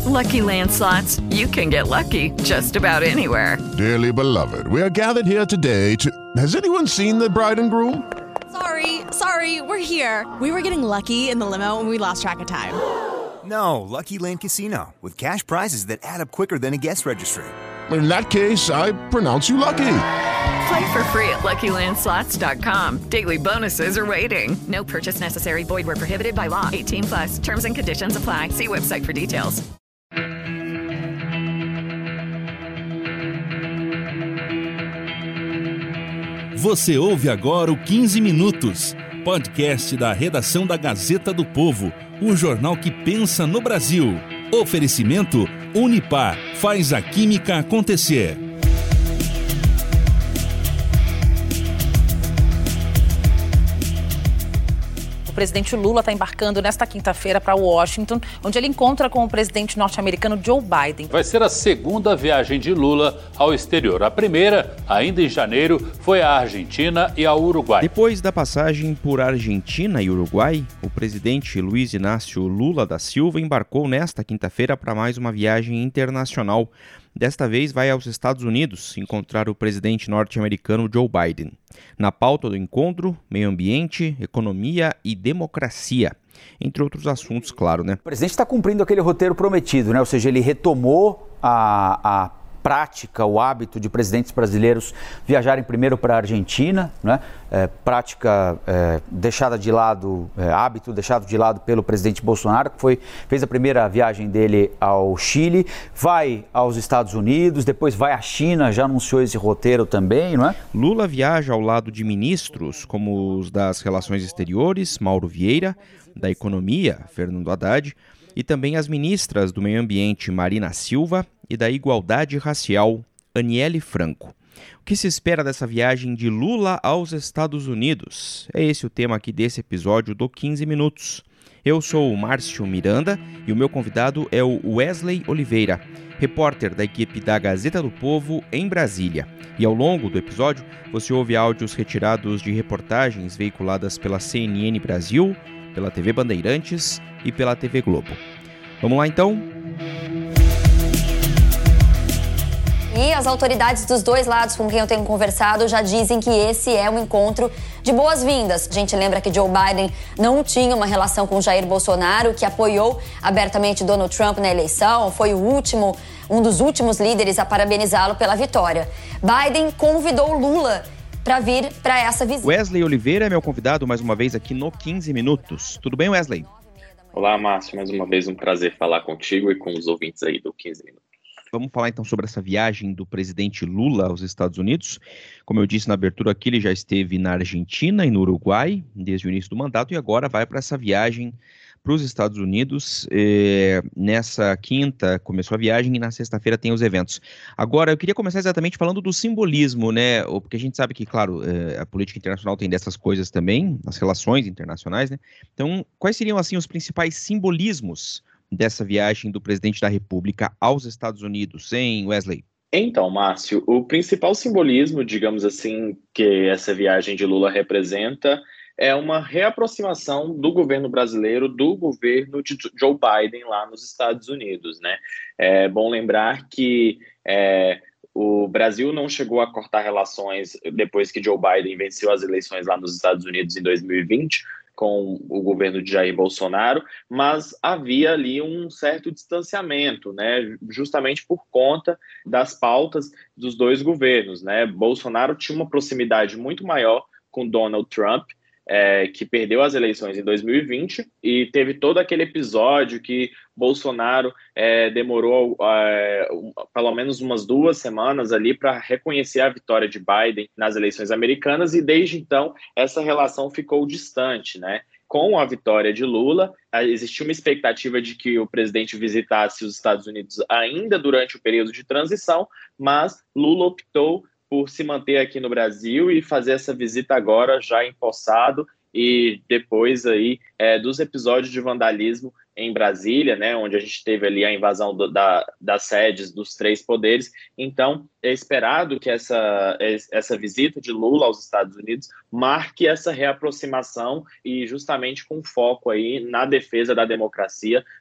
Lucky Land Slots, you can get lucky just about anywhere. Dearly beloved, we are gathered here today to... Has anyone seen the bride and groom? Sorry, we're here. We were getting lucky in the limo and we lost track of time. No, Lucky Land Casino, with cash prizes that add up quicker than a guest registry. In that case, I pronounce you lucky. Play for free at LuckyLandSlots.com. Daily bonuses are waiting. No purchase necessary. Void where prohibited by law. 18+. Terms and conditions apply. See website for details. Você ouve agora o 15 Minutos, podcast da redação da Gazeta do Povo, o jornal que pensa no Brasil. Oferecimento Unipar, faz a química acontecer. O presidente Lula está embarcando nesta quinta-feira para Washington, onde ele encontra com o presidente norte-americano Joe Biden. Vai ser a segunda viagem de Lula ao exterior. A primeira, ainda em janeiro, foi à Argentina e ao Uruguai. Depois da passagem por Argentina e Uruguai, o presidente Luiz Inácio Lula da Silva embarcou nesta quinta-feira para mais uma viagem internacional. Desta vez vai aos Estados Unidos encontrar o presidente norte-americano Joe Biden. Na pauta do encontro, meio ambiente, economia e democracia. Entre outros assuntos, claro, né? O presidente está cumprindo aquele roteiro prometido, né? Ou seja, ele retomou a prática, o hábito de presidentes brasileiros viajarem primeiro para a Argentina, né? Prática deixada de lado, hábito deixado de lado pelo presidente Bolsonaro, que fez a primeira viagem dele ao Chile, vai aos Estados Unidos, depois vai à China, já anunciou esse roteiro também, não é? Lula viaja ao lado de ministros como os das Relações Exteriores, Mauro Vieira, da Economia, Fernando Haddad, e também as ministras do Meio Ambiente, Marina Silva, e da Igualdade Racial, Aniele Franco. O que se espera dessa viagem de Lula aos Estados Unidos? É esse o tema aqui desse episódio do 15 Minutos. Eu sou o Márcio Miranda e o meu convidado é o Wesley Oliveira, repórter da equipe da Gazeta do Povo em Brasília. E ao longo do episódio, você ouve áudios retirados de reportagens veiculadas pela CNN Brasil, pela TV Bandeirantes e pela TV Globo. Vamos lá então? E as autoridades dos dois lados com quem eu tenho conversado já dizem que esse é um encontro de boas-vindas. A gente lembra que Joe Biden não tinha uma relação com Jair Bolsonaro, que apoiou abertamente Donald Trump na eleição, foi um dos últimos líderes a parabenizá-lo pela vitória. Biden convidou Lula para vir para essa visita. Wesley Oliveira é meu convidado mais uma vez aqui no 15 Minutos. Tudo bem, Wesley? Olá, Márcio. Mais uma vez um prazer falar contigo e com os ouvintes aí do 15 Minutos. Vamos falar então sobre essa viagem do presidente Lula aos Estados Unidos. Como eu disse na abertura aqui, ele já esteve na Argentina e no Uruguai desde o início do mandato e agora vai para essa viagem para os Estados Unidos. Nessa quinta começou a viagem e na sexta-feira tem os eventos. Agora, eu queria começar exatamente falando do simbolismo, né? Porque a gente sabe que, claro, a política internacional tem dessas coisas também, as relações internacionais, né? Então, quais seriam, assim, os principais simbolismos dessa viagem do presidente da República aos Estados Unidos, hein, Wesley? Então, Márcio, o principal simbolismo, digamos assim, que essa viagem de Lula representa é uma reaproximação do governo brasileiro do governo de Joe Biden lá nos Estados Unidos, né? É bom lembrar que o Brasil não chegou a cortar relações depois que Joe Biden venceu as eleições lá nos Estados Unidos em 2020, com o governo de Jair Bolsonaro, mas havia ali um certo distanciamento, né, justamente por conta das pautas dos dois governos, né? Bolsonaro tinha uma proximidade muito maior com Donald Trump, que perdeu as eleições em 2020 e teve todo aquele episódio que Bolsonaro demorou pelo menos umas 2 semanas ali para reconhecer a vitória de Biden nas eleições americanas e desde então essa relação ficou distante, né? Com a vitória de Lula, existia uma expectativa de que o presidente visitasse os Estados Unidos ainda durante o período de transição, mas Lula optou por se manter aqui no Brasil e fazer essa visita agora já empossado e depois aí dos episódios de vandalismo em Brasília, né, onde a gente teve ali a invasão das sedes dos 3 poderes. Então, é esperado que essa visita de Lula aos Estados Unidos marque essa reaproximação e justamente com foco aí na defesa da democracia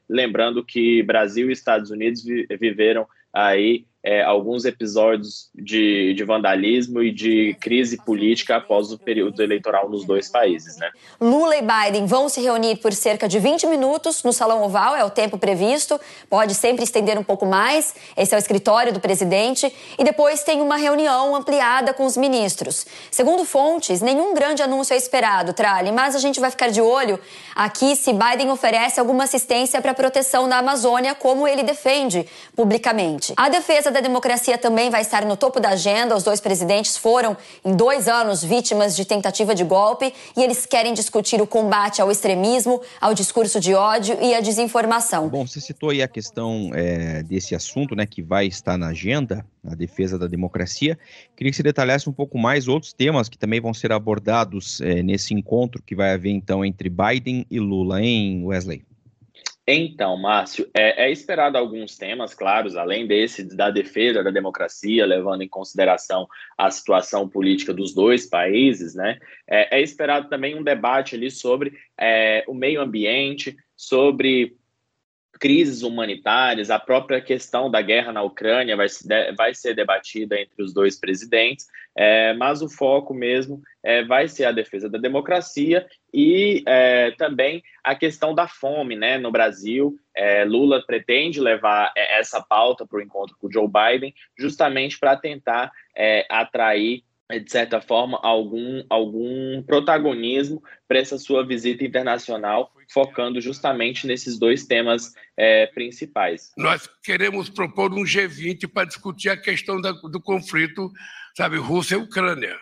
lembrando que Brasil e Estados Unidos viveram aí alguns episódios de vandalismo e de crise política após o período eleitoral nos dois países, né? Lula e Biden vão se reunir por cerca de 20 minutos no Salão Oval, é o tempo previsto, pode sempre estender um pouco mais, esse é o escritório do presidente, e depois tem uma reunião ampliada com os ministros. Segundo fontes, nenhum grande anúncio é esperado, Trali, mas a gente vai ficar de olho aqui se Biden oferece alguma assistência para a proteção da Amazônia, como ele defende publicamente. A defesa da democracia também vai estar no topo da agenda. Os dois presidentes foram, em 2 anos, vítimas de tentativa de golpe e eles querem discutir o combate ao extremismo, ao discurso de ódio e à desinformação. Bom, você citou aí a questão desse assunto, né, que vai estar na agenda, a defesa da democracia. Queria que você detalhasse um pouco mais outros temas que também vão ser abordados nesse encontro que vai haver, então, entre Biden e Lula, hein, Wesley? Então, Márcio, é esperado alguns temas, claros, além desse da defesa da democracia, levando em consideração a situação política dos dois países, né? É esperado também um debate ali sobre o meio ambiente, sobre crises humanitárias, a própria questão da guerra na Ucrânia vai ser debatida entre os dois presidentes, mas o foco mesmo vai ser a defesa da democracia e também a questão da fome, né, no Brasil. Lula pretende levar essa pauta para o encontro com o Joe Biden, justamente para tentar atrair, de certa forma, algum protagonismo para essa sua visita internacional, focando justamente nesses dois temas principais. Nós queremos propor um G20 para discutir a questão do conflito, sabe, Rússia e Ucrânia.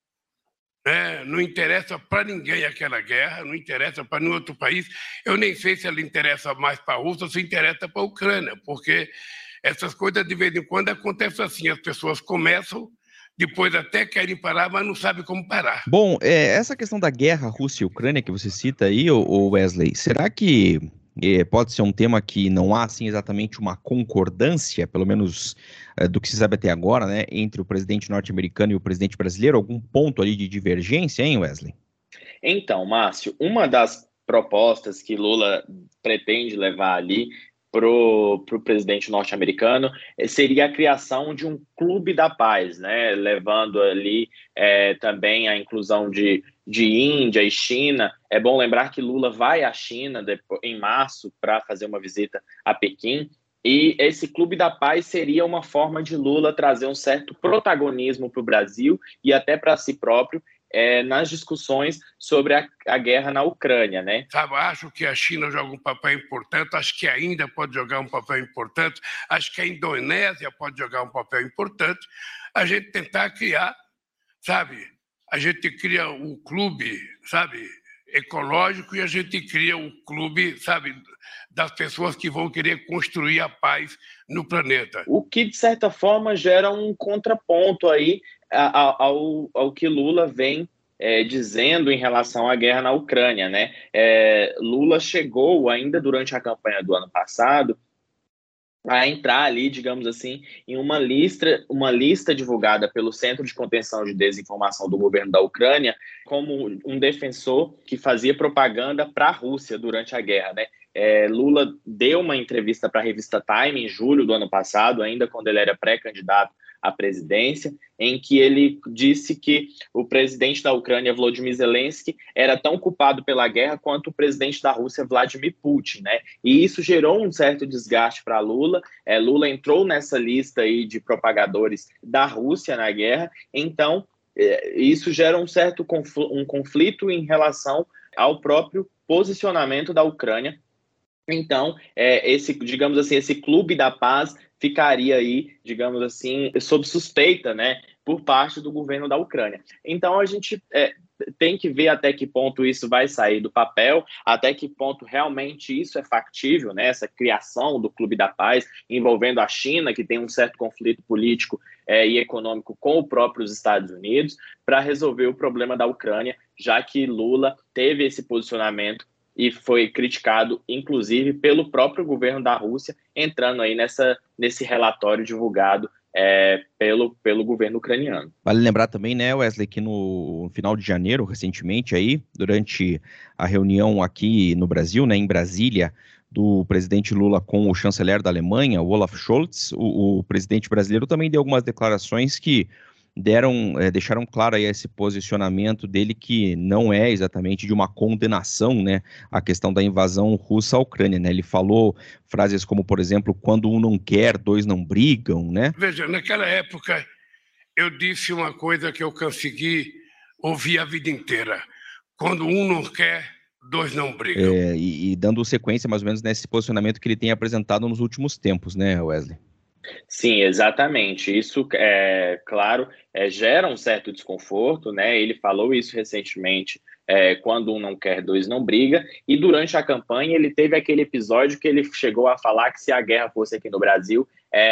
Não interessa para ninguém aquela guerra, não interessa para nenhum outro país. Eu nem sei se ela interessa mais para a Rússia ou se interessa para a Ucrânia, porque essas coisas de vez em quando acontecem assim, as pessoas começam, depois até querem parar, mas não sabem como parar. Bom, essa questão da guerra Rússia e Ucrânia que você cita aí, Wesley, será que pode ser um tema que não há assim, exatamente uma concordância, pelo menos do que se sabe até agora, né, entre o presidente norte-americano e o presidente brasileiro? Algum ponto ali de divergência, hein, Wesley? Então, Márcio, uma das propostas que Lula pretende levar ali pro presidente norte-americano seria a criação de um clube da paz, né? Levando ali também a inclusão de Índia e China. É bom lembrar que Lula vai à China em março para fazer uma visita a Pequim, e esse clube da paz seria uma forma de Lula trazer um certo protagonismo para o Brasil e até para si próprio nas discussões sobre a guerra na Ucrânia, né? Sabe, acho que a China joga um papel importante, acho que a Índia pode jogar um papel importante, acho que a Indonésia pode jogar um papel importante. A gente tentar criar, sabe, a gente cria o clube, sabe, ecológico, e a gente cria o clube, sabe, das pessoas que vão querer construir a paz no planeta. O que, de certa forma, gera um contraponto aí ao que Lula vem dizendo em relação à guerra na Ucrânia, né? Lula chegou, ainda durante a campanha do ano passado, a entrar ali, digamos assim, em uma lista divulgada pelo Centro de Contenção de Desinformação do governo da Ucrânia, como um defensor que fazia propaganda para a Rússia durante a guerra, né? Lula deu uma entrevista para a revista Time em julho do ano passado, ainda quando ele era pré-candidato à presidência, em que ele disse que o presidente da Ucrânia, Volodymyr Zelensky, era tão culpado pela guerra quanto o presidente da Rússia, Vladimir Putin, né? E isso gerou um certo desgaste para Lula. Lula entrou nessa lista aí de propagadores da Rússia na guerra, então isso gera um certo conflito em relação ao próprio posicionamento da Ucrânia. Então, digamos assim, esse clube da paz ficaria aí, digamos assim, sob suspeita, né, por parte do governo da Ucrânia. Então, a gente tem que ver até que ponto isso vai sair do papel, até que ponto realmente isso é factível, né, essa criação do Clube da Paz, envolvendo a China, que tem um certo conflito político e econômico com os próprios Estados Unidos, para resolver o problema da Ucrânia, já que Lula teve esse posicionamento e foi criticado, inclusive, pelo próprio governo da Rússia, entrando aí nesse relatório divulgado pelo governo ucraniano. Vale lembrar também, né, Wesley, que no final de janeiro, recentemente, aí, durante a reunião aqui no Brasil, né, em Brasília, do presidente Lula com o chanceler da Alemanha, Olaf Scholz, o presidente brasileiro também deu algumas declarações que deixaram claro aí esse posicionamento dele, que não é exatamente de uma condenação, né, à questão da invasão russa à Ucrânia, né? Ele falou frases como, por exemplo, quando um não quer, dois não brigam, né? Veja, naquela época eu disse uma coisa que eu consegui ouvir a vida inteira: quando um não quer, dois não brigam. E dando sequência mais ou menos nesse posicionamento que ele tem apresentado nos últimos tempos, né, Wesley? Sim, exatamente. Isso, claro, gera um certo desconforto, né? Ele falou isso recentemente, quando um não quer, dois não briga. E durante a campanha ele teve aquele episódio que ele chegou a falar que se a guerra fosse aqui no Brasil,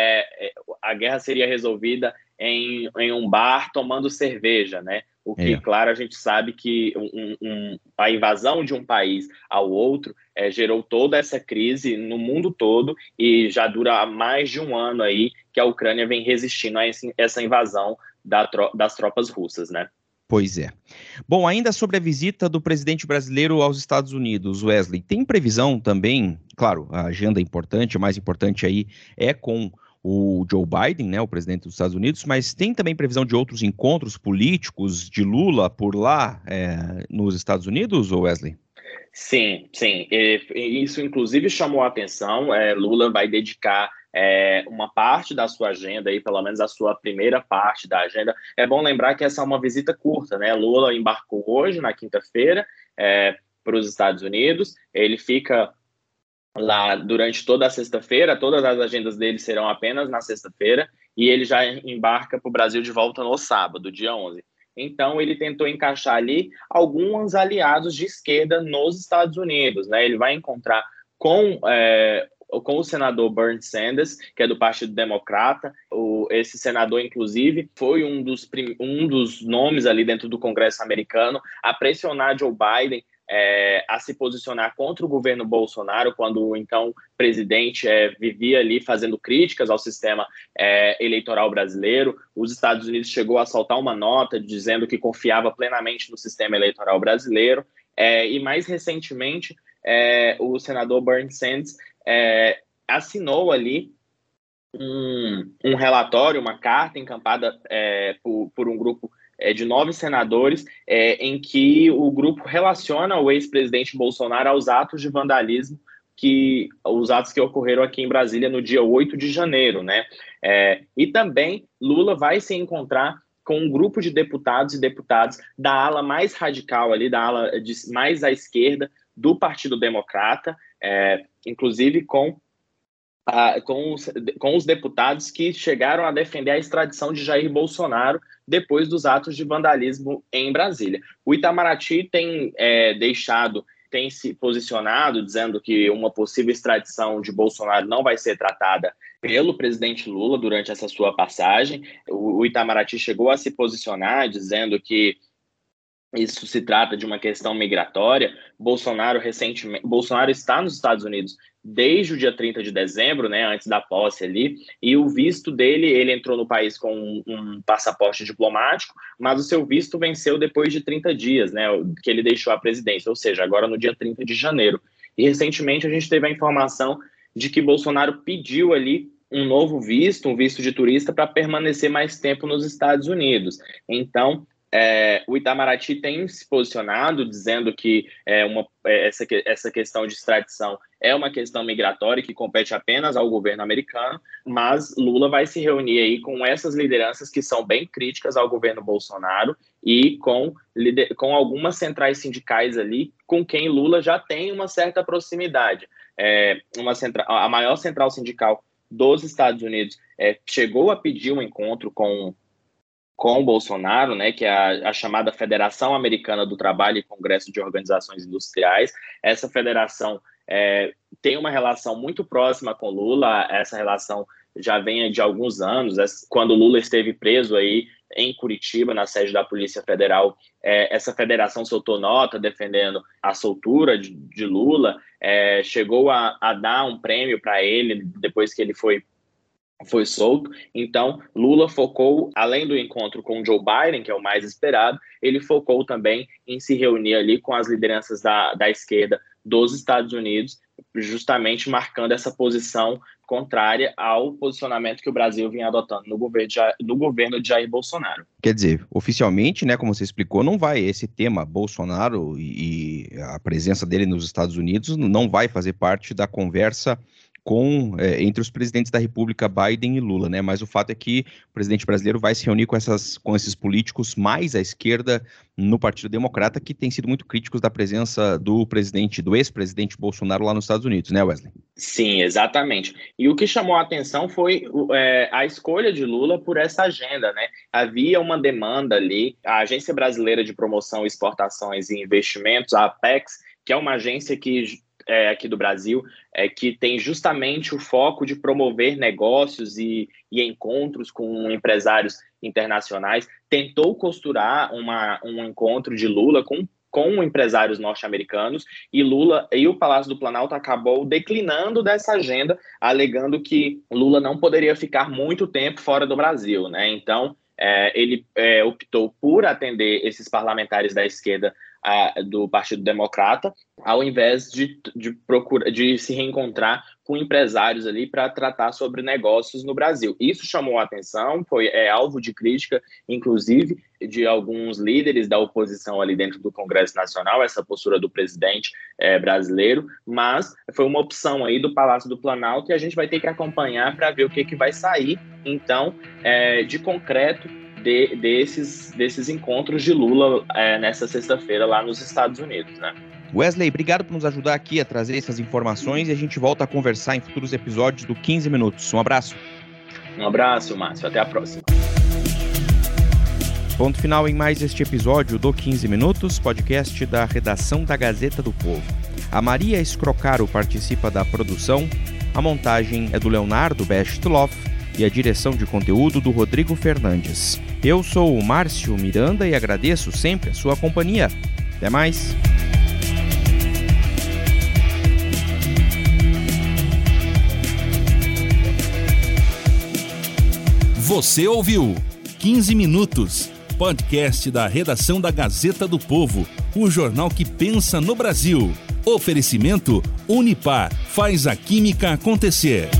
a guerra seria resolvida em um bar tomando cerveja, né? O que, claro, a gente sabe que a invasão de um país ao outro gerou toda essa crise no mundo todo e já dura mais de um ano aí que a Ucrânia vem resistindo a essa invasão das tropas russas, né? Pois é. Bom, ainda sobre a visita do presidente brasileiro aos Estados Unidos, Wesley, tem previsão também, claro, a agenda é importante, a mais importante aí é com o Joe Biden, né, o presidente dos Estados Unidos, mas tem também previsão de outros encontros políticos de Lula por lá, nos Estados Unidos, Wesley? Sim. Isso, inclusive, chamou a atenção. Lula vai dedicar uma parte da sua agenda, aí, pelo menos a sua primeira parte da agenda. É bom lembrar que essa é uma visita curta, né? Lula embarcou hoje, na quinta-feira, para os Estados Unidos. Ele fica lá durante toda a sexta-feira, todas as agendas dele serão apenas na sexta-feira, e ele já embarca para o Brasil de volta no sábado, dia 11. Então, ele tentou encaixar ali alguns aliados de esquerda nos Estados Unidos, né? Ele vai encontrar com o senador Bernie Sanders, que é do Partido Democrata. Esse senador, inclusive, foi um dos nomes ali dentro do Congresso americano a pressionar Joe Biden a se posicionar contra o governo Bolsonaro, quando o então presidente vivia ali fazendo críticas ao sistema eleitoral brasileiro. Os Estados Unidos chegou a soltar uma nota dizendo que confiava plenamente no sistema eleitoral brasileiro, e mais recentemente o senador Bernie Sanders assinou ali um relatório, uma carta encampada por um grupo de 9 senadores, em que o grupo relaciona o ex-presidente Bolsonaro aos atos de vandalismo, os atos que ocorreram aqui em Brasília no dia 8 de janeiro, né? E também Lula vai se encontrar com um grupo de deputados e deputadas da ala mais radical ali, da ala mais à esquerda do Partido Democrata, inclusive com os deputados que chegaram a defender a extradição de Jair Bolsonaro depois dos atos de vandalismo em Brasília. O Itamaraty tem se posicionado dizendo que uma possível extradição de Bolsonaro não vai ser tratada pelo presidente Lula durante essa sua passagem. O Itamaraty chegou a se posicionar dizendo que isso se trata de uma questão migratória. Bolsonaro está nos Estados Unidos desde o dia 30 de dezembro, né, antes da posse ali, e o visto dele, ele entrou no país com um passaporte diplomático, mas o seu visto venceu depois de 30 dias, né, que ele deixou a presidência, ou seja, agora no dia 30 de janeiro. E recentemente a gente teve a informação de que Bolsonaro pediu ali um novo visto, um visto de turista, para permanecer mais tempo nos Estados Unidos. Então, o Itamaraty tem se posicionado dizendo que essa questão de extradição é uma questão migratória que compete apenas ao governo americano, mas Lula vai se reunir aí com essas lideranças que são bem críticas ao governo Bolsonaro e com algumas centrais sindicais ali com quem Lula já tem uma certa proximidade. A maior central sindical dos Estados Unidos chegou a pedir um encontro com o Bolsonaro, né, que é a chamada Federação Americana do Trabalho e Congresso de Organizações Industriais. Essa federação tem uma relação muito próxima com Lula. Essa relação já vem de alguns anos. Quando Lula esteve preso aí em Curitiba, na sede da Polícia Federal, essa federação soltou nota defendendo a soltura de Lula, chegou a dar um prêmio para ele depois que ele foi solto. Então, Lula focou, além do encontro com Joe Biden, que é o mais esperado, ele focou também em se reunir ali com as lideranças da esquerda dos Estados Unidos, justamente marcando essa posição contrária ao posicionamento que o Brasil vinha adotando no governo de Jair Bolsonaro. Quer dizer, oficialmente, né, como você explicou, não vai esse tema Bolsonaro e a presença dele nos Estados Unidos não vai fazer parte da conversa entre os presidentes da República, Biden e Lula, né? Mas o fato é que o presidente brasileiro vai se reunir com esses políticos mais à esquerda no Partido Democrata, que têm sido muito críticos da presença do ex-presidente Bolsonaro lá nos Estados Unidos, né, Wesley? Sim, exatamente. E o que chamou a atenção foi a escolha de Lula por essa agenda, né? Havia uma demanda ali, a Agência Brasileira de Promoção, Exportações e Investimentos, a Apex, que é uma agência que aqui do Brasil, que tem justamente o foco de promover negócios e encontros com empresários internacionais, tentou costurar um encontro de Lula com empresários norte-americanos, e Lula e o Palácio do Planalto acabou declinando dessa agenda, alegando que Lula não poderia ficar muito tempo fora do Brasil, né? Então, ele optou por atender esses parlamentares da esquerda do Partido Democrata, ao invés de se reencontrar com empresários ali para tratar sobre negócios no Brasil. Isso chamou a atenção, foi alvo de crítica, inclusive, de alguns líderes da oposição ali dentro do Congresso Nacional, essa postura do presidente brasileiro, mas foi uma opção aí do Palácio do Planalto e a gente vai ter que acompanhar para ver o que vai sair, então, de concreto, desses encontros de Lula nessa sexta-feira lá nos Estados Unidos, né? Wesley, obrigado por nos ajudar aqui a trazer essas informações e a gente volta a conversar em futuros episódios do 15 Minutos. Um abraço. Um abraço, Márcio. Até a próxima. Ponto final em mais este episódio do 15 Minutos, podcast da redação da Gazeta do Povo. A Maria Escrocaro participa da produção, a montagem é do Leonardo Bestloff e a direção de conteúdo do Rodrigo Fernandes. Eu sou o Márcio Miranda e agradeço sempre a sua companhia. Até mais! Você ouviu 15 Minutos, podcast da redação da Gazeta do Povo, o jornal que pensa no Brasil. Oferecimento Unipar, faz a química acontecer.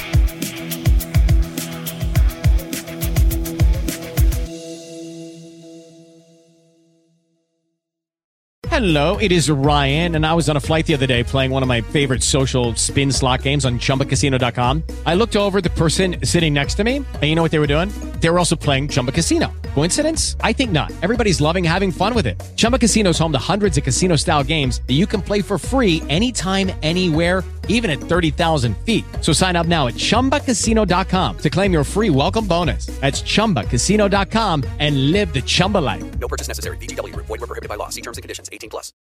Hello, it is Ryan, and I was on a flight the other day playing one of my favorite social spin slot games on ChumbaCasino.com. I looked over at the person sitting next to me, and you know what they were doing? They were also playing Chumba Casino. Coincidence? I think not. Everybody's loving having fun with it. Chumba Casino is home to hundreds of casino-style games that you can play for free anytime, anywhere, even at 30,000 feet. So sign up now at ChumbaCasino.com to claim your free welcome bonus. That's ChumbaCasino.com and live the Chumba life. No purchase necessary. VGW. Void where prohibited by law. See terms and conditions. 18+.